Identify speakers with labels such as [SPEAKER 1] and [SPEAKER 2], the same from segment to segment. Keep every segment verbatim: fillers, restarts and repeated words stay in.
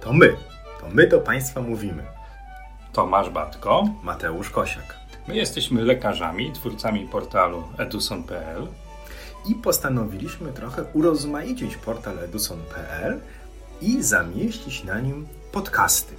[SPEAKER 1] To my, to my do Państwa mówimy.
[SPEAKER 2] Tomasz Batko,
[SPEAKER 1] Mateusz Kosiak.
[SPEAKER 2] My jesteśmy lekarzami, twórcami portalu eduson kropka p l
[SPEAKER 1] i postanowiliśmy trochę urozmaicić portal eduson kropka p l i zamieścić na nim podcasty.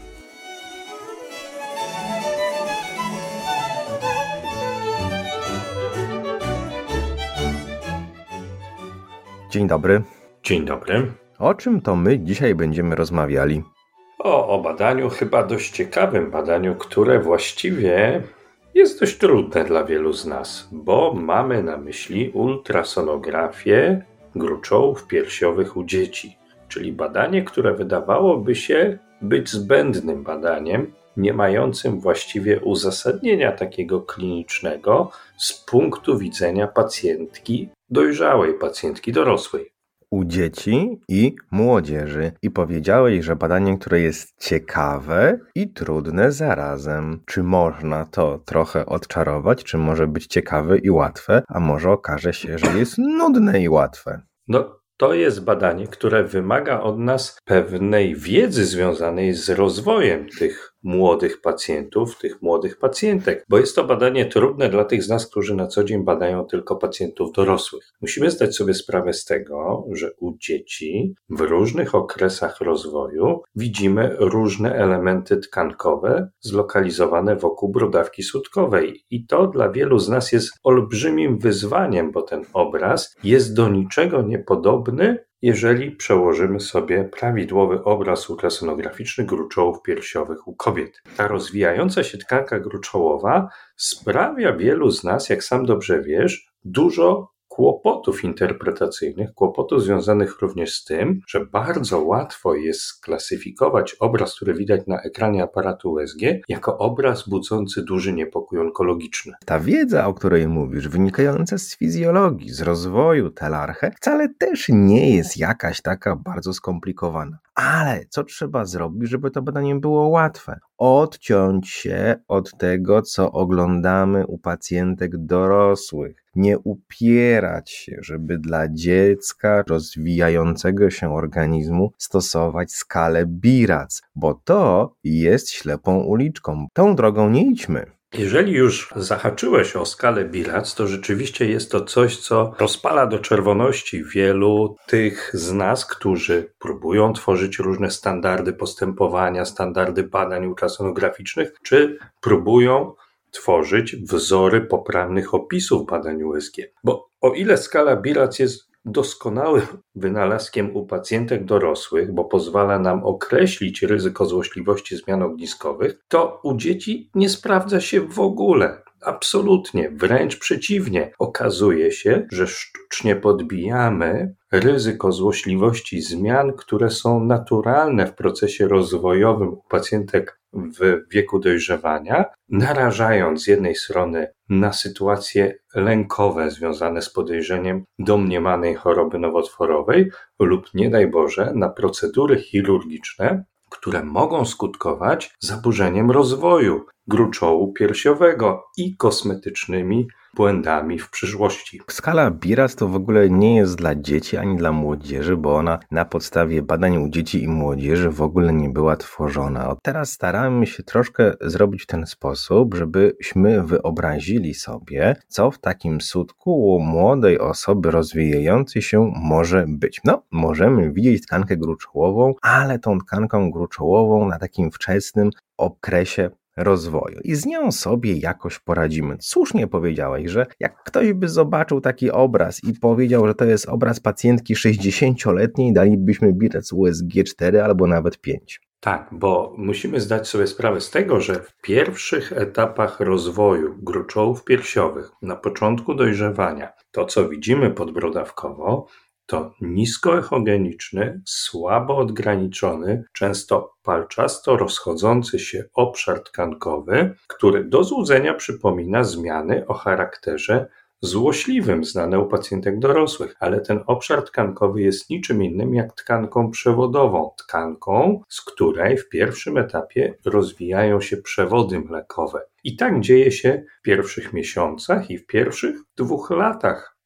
[SPEAKER 1] Dzień dobry.
[SPEAKER 2] Dzień dobry.
[SPEAKER 1] O czym to my dzisiaj będziemy rozmawiali?
[SPEAKER 2] O, o badaniu, chyba dość ciekawym badaniu, które właściwie jest dość trudne dla wielu z nas, bo mamy na myśli ultrasonografię gruczołów piersiowych u dzieci, czyli badanie, które wydawałoby się być zbędnym badaniem, nie mającym właściwie uzasadnienia takiego klinicznego z punktu widzenia pacjentki dojrzałej, pacjentki dorosłej.
[SPEAKER 1] U dzieci i młodzieży. I powiedziałeś, że badanie, które jest ciekawe i trudne zarazem. Czy można to trochę odczarować? Czy może być ciekawe i łatwe? A może okaże się, że jest nudne i łatwe?
[SPEAKER 2] No, to jest badanie, które wymaga od nas pewnej wiedzy związanej z rozwojem tych młodych pacjentów, tych młodych pacjentek, bo jest to badanie trudne dla tych z nas, którzy na co dzień badają tylko pacjentów dorosłych. Musimy zdać sobie sprawę z tego, że u dzieci w różnych okresach rozwoju widzimy różne elementy tkankowe zlokalizowane wokół brodawki sutkowej i to dla wielu z nas jest olbrzymim wyzwaniem, bo ten obraz jest do niczego niepodobny, jeżeli przełożymy sobie prawidłowy obraz ultrasonograficzny gruczołów piersiowych u kobiet. Ta rozwijająca się tkanka gruczołowa sprawia wielu z nas, jak sam dobrze wiesz, dużo kłopotów interpretacyjnych, kłopotów związanych również z tym, że bardzo łatwo jest sklasyfikować obraz, który widać na ekranie aparatu U S G, jako obraz budzący duży niepokój onkologiczny.
[SPEAKER 1] Ta wiedza, o której mówisz, wynikająca z fizjologii, z rozwoju telarche, wcale też nie jest jakaś taka bardzo skomplikowana. Ale co trzeba zrobić, żeby to badanie było łatwe? Odciąć się od tego, co oglądamy u pacjentek dorosłych. Nie upierać się, żeby dla dziecka rozwijającego się organizmu stosować skalę Birac, bo to jest ślepą uliczką. Tą drogą nie idźmy.
[SPEAKER 2] Jeżeli już zahaczyłeś o skalę Birac, to rzeczywiście jest to coś, co rozpala do czerwoności wielu tych z nas, którzy próbują tworzyć różne standardy postępowania, standardy badań ultrasonograficznych, czy próbują tworzyć wzory poprawnych opisów badań U S G. Bo o ile skala Birac jest doskonałym wynalazkiem u pacjentek dorosłych, bo pozwala nam określić ryzyko złośliwości zmian ogniskowych, to u dzieci nie sprawdza się w ogóle. Absolutnie, wręcz przeciwnie. Okazuje się, że sztucznie podbijamy ryzyko złośliwości zmian, które są naturalne w procesie rozwojowym u pacjentek w wieku dojrzewania, narażając z jednej strony na sytuacje lękowe związane z podejrzeniem domniemanej choroby nowotworowej lub, nie daj Boże, na procedury chirurgiczne, które mogą skutkować zaburzeniem rozwoju gruczołu piersiowego i kosmetycznymi błędami w przyszłości.
[SPEAKER 1] Skala Birac to w ogóle nie jest dla dzieci ani dla młodzieży, bo ona na podstawie badań u dzieci i młodzieży w ogóle nie była tworzona. Teraz staramy się troszkę zrobić w ten sposób, żebyśmy wyobrazili sobie, co w takim sutku u młodej osoby rozwijającej się może być. No, możemy widzieć tkankę gruczołową, ale tą tkanką gruczołową na takim wczesnym okresie rozwoju i z nią sobie jakoś poradzimy. Słusznie powiedziałeś, że jak ktoś by zobaczył taki obraz i powiedział, że to jest obraz pacjentki sześćdziesięcioletniej, dalibyśmy Birac U S G cztery albo nawet pięć.
[SPEAKER 2] Tak, bo musimy zdać sobie sprawę z tego, że w pierwszych etapach rozwoju gruczołów piersiowych, na początku dojrzewania, to co widzimy podbrodawkowo, to niskoechogeniczny, słabo odgraniczony, często palczasto rozchodzący się obszar tkankowy, który do złudzenia przypomina zmiany o charakterze złośliwym znane u pacjentek dorosłych, ale ten obszar tkankowy jest niczym innym jak tkanką przewodową, tkanką, z której w pierwszym etapie rozwijają się przewody mlekowe. I tak dzieje się w pierwszych miesiącach i w pierwszych dwóch latach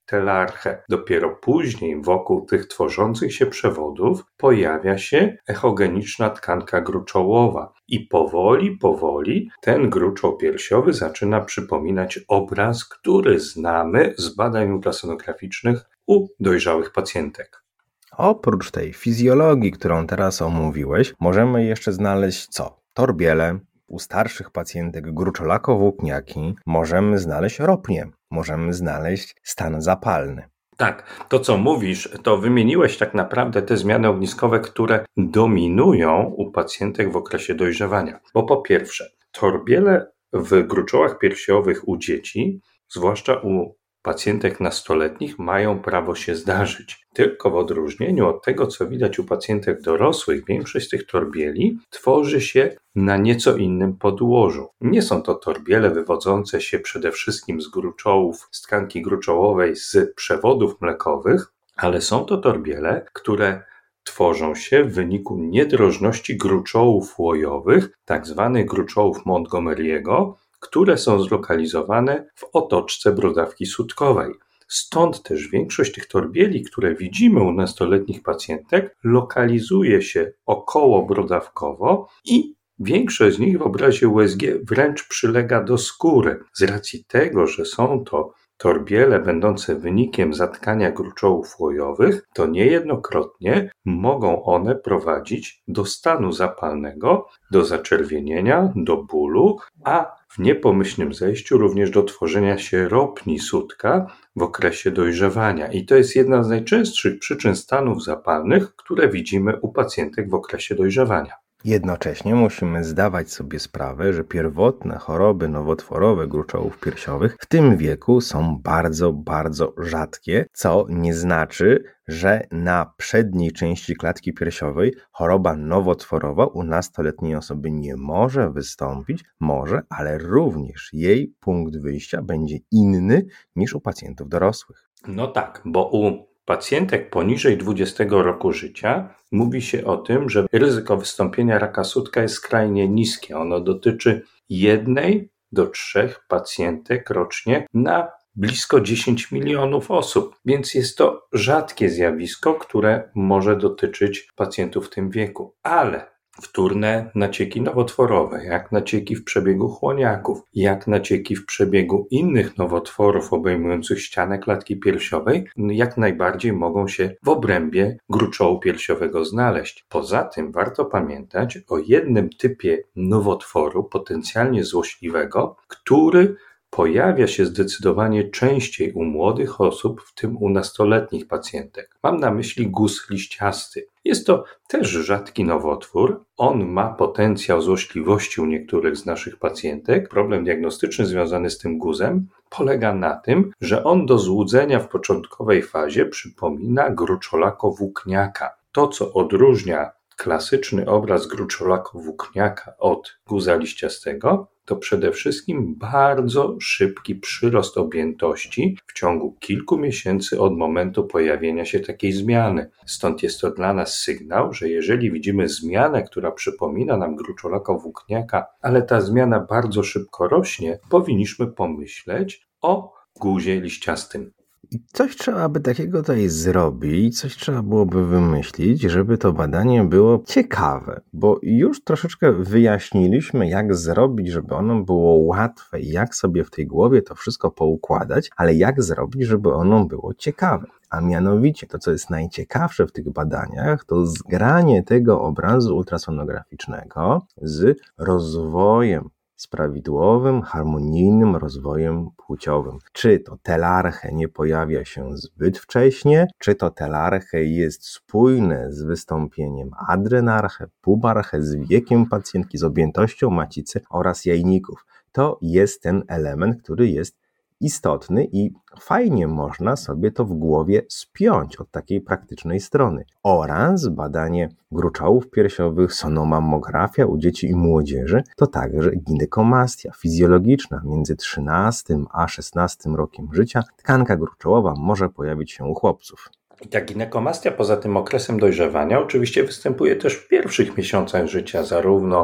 [SPEAKER 2] telarchę. Dopiero później wokół tych tworzących się przewodów pojawia się echogeniczna tkanka gruczołowa i powoli, powoli ten gruczoł piersiowy zaczyna przypominać obraz, który znamy z badań ultrasonograficznych u dojrzałych pacjentek.
[SPEAKER 1] Oprócz tej fizjologii, którą teraz omówiłeś, możemy jeszcze znaleźć co? Torbiele, u starszych pacjentek gruczolako-włókniaki, możemy znaleźć ropnie, możemy znaleźć stan zapalny.
[SPEAKER 2] Tak, to co mówisz, to wymieniłeś tak naprawdę te zmiany ogniskowe, które dominują u pacjentek w okresie dojrzewania. Bo po pierwsze, torbiele w gruczołach piersiowych u dzieci, zwłaszcza u pacjentek nastoletnich, mają prawo się zdarzyć. Tylko w odróżnieniu od tego, co widać u pacjentek dorosłych, większość z tych torbieli tworzy się na nieco innym podłożu. Nie są to torbiele wywodzące się przede wszystkim z gruczołów, z tkanki gruczołowej, z przewodów mlekowych, ale są to torbiele, które tworzą się w wyniku niedrożności gruczołów łojowych, tak zwanych gruczołów Montgomery'ego, które są zlokalizowane w otoczce brodawki sutkowej. Stąd też większość tych torbieli, które widzimy u nastoletnich pacjentek, lokalizuje się około brodawkowo i większość z nich w obrazie U S G wręcz przylega do skóry. Z racji tego, że są to torbiele będące wynikiem zatkania gruczołów łojowych, to niejednokrotnie mogą one prowadzić do stanu zapalnego, do zaczerwienienia, do bólu, a w niepomyślnym zejściu również do tworzenia się ropni sutka w okresie dojrzewania. I to jest jedna z najczęstszych przyczyn stanów zapalnych, które widzimy u pacjentek w okresie dojrzewania.
[SPEAKER 1] Jednocześnie musimy zdawać sobie sprawę, że pierwotne choroby nowotworowe gruczołów piersiowych w tym wieku są bardzo, bardzo rzadkie, co nie znaczy, że na przedniej części klatki piersiowej choroba nowotworowa u nastoletniej osoby nie może wystąpić, może, ale również jej punkt wyjścia będzie inny niż u pacjentów dorosłych.
[SPEAKER 2] No tak, bo u pacjentek poniżej dwudziestego roku życia mówi się o tym, że ryzyko wystąpienia raka sutka jest skrajnie niskie. Ono dotyczy jednej do trzech pacjentek rocznie na blisko dziesięć milionów osób, więc jest to rzadkie zjawisko, które może dotyczyć pacjentów w tym wieku. Ale wtórne nacieki nowotworowe, jak nacieki w przebiegu chłoniaków, jak nacieki w przebiegu innych nowotworów obejmujących ścianę klatki piersiowej, jak najbardziej mogą się w obrębie gruczołu piersiowego znaleźć. Poza tym warto pamiętać o jednym typie nowotworu potencjalnie złośliwego, który pojawia się zdecydowanie częściej u młodych osób, w tym u nastoletnich pacjentek. Mam na myśli guz liściasty. Jest to też rzadki nowotwór. On ma potencjał złośliwości u niektórych z naszych pacjentek. Problem diagnostyczny związany z tym guzem polega na tym, że on do złudzenia w początkowej fazie przypomina gruczolako-włókniaka. To, co odróżnia klasyczny obraz gruczolako-włókniaka od guza liściastego, to przede wszystkim bardzo szybki przyrost objętości w ciągu kilku miesięcy od momentu pojawienia się takiej zmiany. Stąd jest to dla nas sygnał, że jeżeli widzimy zmianę, która przypomina nam gruczolako-włókniaka, ale ta zmiana bardzo szybko rośnie, powinniśmy pomyśleć o guzie liściastym.
[SPEAKER 1] I coś trzeba by takiego tutaj zrobić, coś trzeba byłoby wymyślić, żeby to badanie było ciekawe, bo już troszeczkę wyjaśniliśmy, jak zrobić, żeby ono było łatwe i jak sobie w tej głowie to wszystko poukładać, ale jak zrobić, żeby ono było ciekawe. A mianowicie to, co jest najciekawsze w tych badaniach, to zgranie tego obrazu ultrasonograficznego z rozwojem, z prawidłowym, harmonijnym rozwojem płciowym. Czy to telarche nie pojawia się zbyt wcześnie, czy to telarche jest spójne z wystąpieniem adrenarche, pubarche, z wiekiem pacjentki, z objętością macicy oraz jajników. To jest ten element, który jest istotny i fajnie można sobie to w głowie spiąć od takiej praktycznej strony. Oraz badanie gruczołów piersiowych, sonomammografia u dzieci i młodzieży, to także ginekomastia fizjologiczna. Między trzynastym a szesnastym rokiem życia tkanka gruczołowa może pojawić się u chłopców.
[SPEAKER 2] I ta ginekomastia poza tym okresem dojrzewania oczywiście występuje też w pierwszych miesiącach życia, zarówno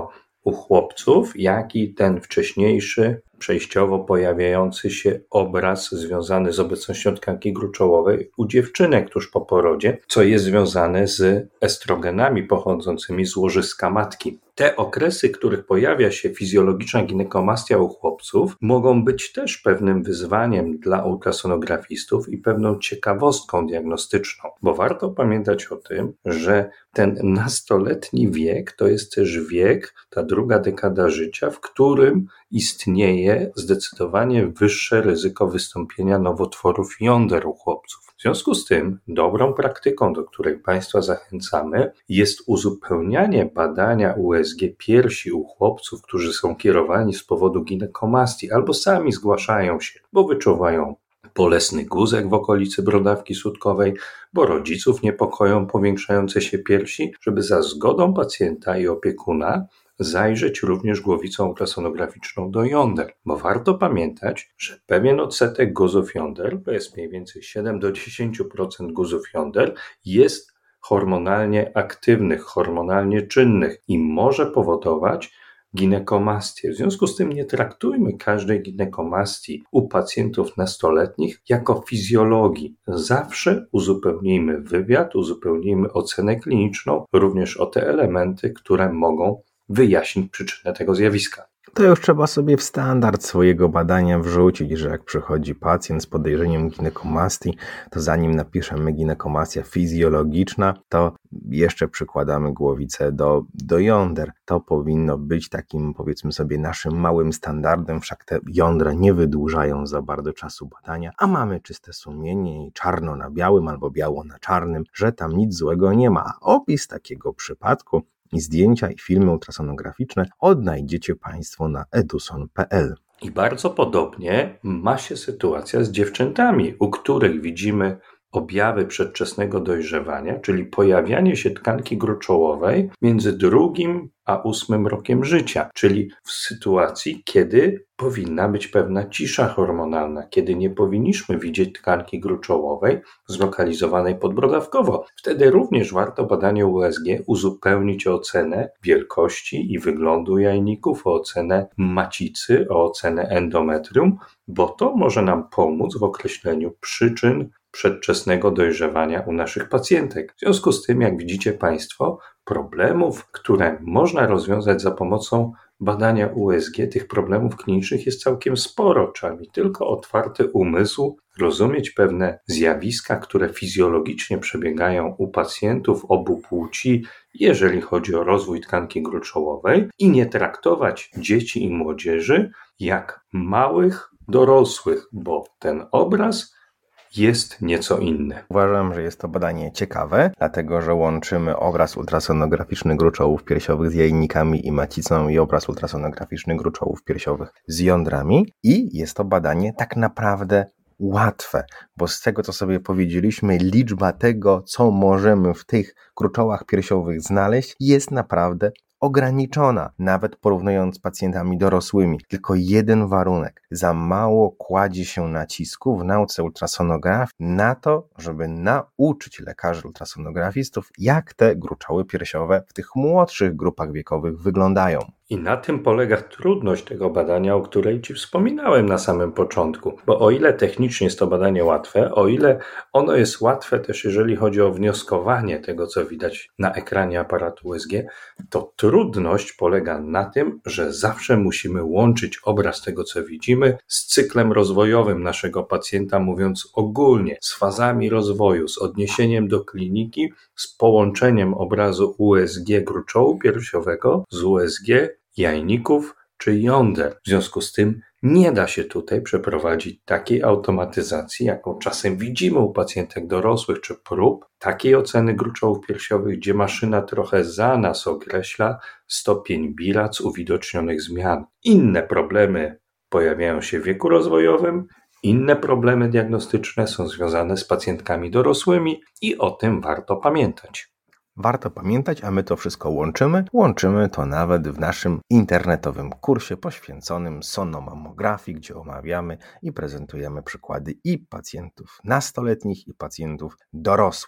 [SPEAKER 2] u chłopców, jak i ten wcześniejszy, przejściowo pojawiający się obraz związany z obecnością tkanki gruczołowej u dziewczynek tuż po porodzie, co jest związane z estrogenami pochodzącymi z łożyska matki. Te okresy, w których pojawia się fizjologiczna ginekomastia u chłopców, mogą być też pewnym wyzwaniem dla ultrasonografistów i pewną ciekawostką diagnostyczną, bo warto pamiętać o tym, że ten nastoletni wiek to jest też wiek, ta druga dekada życia, w którym istnieje zdecydowanie wyższe ryzyko wystąpienia nowotworów jąder u chłopców. W związku z tym dobrą praktyką, do której Państwa zachęcamy, jest uzupełnianie badania U S G piersi u chłopców, którzy są kierowani z powodu ginekomastii albo sami zgłaszają się, bo wyczuwają bolesny guzek w okolicy brodawki sutkowej, bo rodziców niepokoją powiększające się piersi, żeby za zgodą pacjenta i opiekuna zajrzeć również głowicą ultrasonograficzną do jąder, bo warto pamiętać, że pewien odsetek guzów jąder, to jest mniej więcej siedem do dziesięciu procent guzów jąder, jest hormonalnie aktywnych, hormonalnie czynnych i może powodować ginekomastię. W związku z tym nie traktujmy każdej ginekomastii u pacjentów nastoletnich jako fizjologii. Zawsze uzupełnijmy wywiad, uzupełnijmy ocenę kliniczną również o te elementy, które mogą wyjaśnić przyczynę tego zjawiska.
[SPEAKER 1] To już trzeba sobie w standard swojego badania wrzucić, że jak przychodzi pacjent z podejrzeniem ginekomastii, to zanim napiszemy ginekomastia fizjologiczna, to jeszcze przykładamy głowicę do, do jąder. To powinno być takim, powiedzmy sobie, naszym małym standardem, wszak te jądra nie wydłużają za bardzo czasu badania, a mamy czyste sumienie i czarno na białym albo biało na czarnym, że tam nic złego nie ma. A opis takiego przypadku i zdjęcia i filmy ultrasonograficzne odnajdziecie Państwo na eduson kropka p l.
[SPEAKER 2] I bardzo podobnie ma się sytuacja z dziewczętami, u których widzimy objawy przedwczesnego dojrzewania, czyli pojawianie się tkanki gruczołowej między drugim a ósmym rokiem życia, czyli w sytuacji, kiedy powinna być pewna cisza hormonalna, kiedy nie powinniśmy widzieć tkanki gruczołowej zlokalizowanej podbrodawkowo. Wtedy również warto badanie U S G uzupełnić o ocenę wielkości i wyglądu jajników, o ocenę macicy, o ocenę endometrium, bo to może nam pomóc w określeniu przyczyn przedwczesnego dojrzewania u naszych pacjentek. W związku z tym, jak widzicie Państwo, problemów, które można rozwiązać za pomocą badania U S G, tych problemów klinicznych jest całkiem sporo. Trzeba mieć tylko otwarty umysł, rozumieć pewne zjawiska, które fizjologicznie przebiegają u pacjentów obu płci, jeżeli chodzi o rozwój tkanki gruczołowej i nie traktować dzieci i młodzieży jak małych dorosłych, bo ten obraz jest nieco inny.
[SPEAKER 1] Uważam, że jest to badanie ciekawe, dlatego że łączymy obraz ultrasonograficzny gruczołów piersiowych z jajnikami i macicą i obraz ultrasonograficzny gruczołów piersiowych z jądrami i jest to badanie tak naprawdę łatwe, bo z tego, co sobie powiedzieliśmy, liczba tego, co możemy w tych gruczołach piersiowych znaleźć, jest naprawdę ograniczona, nawet porównując z pacjentami dorosłymi. Tylko jeden warunek. Za mało kładzie się nacisku w nauce ultrasonografii na to, żeby nauczyć lekarzy ultrasonografistów, jak te gruczoły piersiowe w tych młodszych grupach wiekowych wyglądają.
[SPEAKER 2] I na tym polega trudność tego badania, o której Ci wspominałem na samym początku. Bo o ile technicznie jest to badanie łatwe, o ile ono jest łatwe też jeżeli chodzi o wnioskowanie tego, co widać na ekranie aparatu U S G, to trudność polega na tym, że zawsze musimy łączyć obraz tego, co widzimy, z cyklem rozwojowym naszego pacjenta, mówiąc ogólnie, z fazami rozwoju, z odniesieniem do kliniki, z połączeniem obrazu U S G gruczołu piersiowego z U S G jajników czy jąder. W związku z tym nie da się tutaj przeprowadzić takiej automatyzacji, jaką czasem widzimy u pacjentek dorosłych czy prób, takiej oceny gruczołów piersiowych, gdzie maszyna trochę za nas określa stopień bilac uwidocznionych zmian. Inne problemy pojawiają się w wieku rozwojowym, inne problemy diagnostyczne są związane z pacjentkami dorosłymi i o tym warto pamiętać.
[SPEAKER 1] Warto pamiętać, a my to wszystko łączymy. Łączymy to nawet w naszym internetowym kursie poświęconym sonomamografii, gdzie omawiamy i prezentujemy przykłady i pacjentów nastoletnich, i pacjentów dorosłych.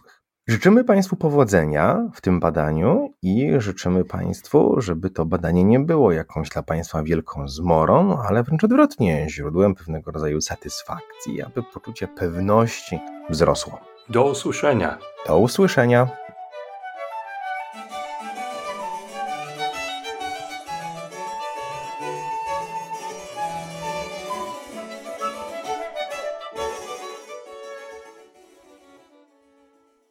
[SPEAKER 1] Życzymy Państwu powodzenia w tym badaniu i życzymy Państwu, żeby to badanie nie było jakąś dla Państwa wielką zmorą, ale wręcz odwrotnie, źródłem pewnego rodzaju satysfakcji, aby poczucie pewności wzrosło.
[SPEAKER 2] Do usłyszenia.
[SPEAKER 1] Do usłyszenia.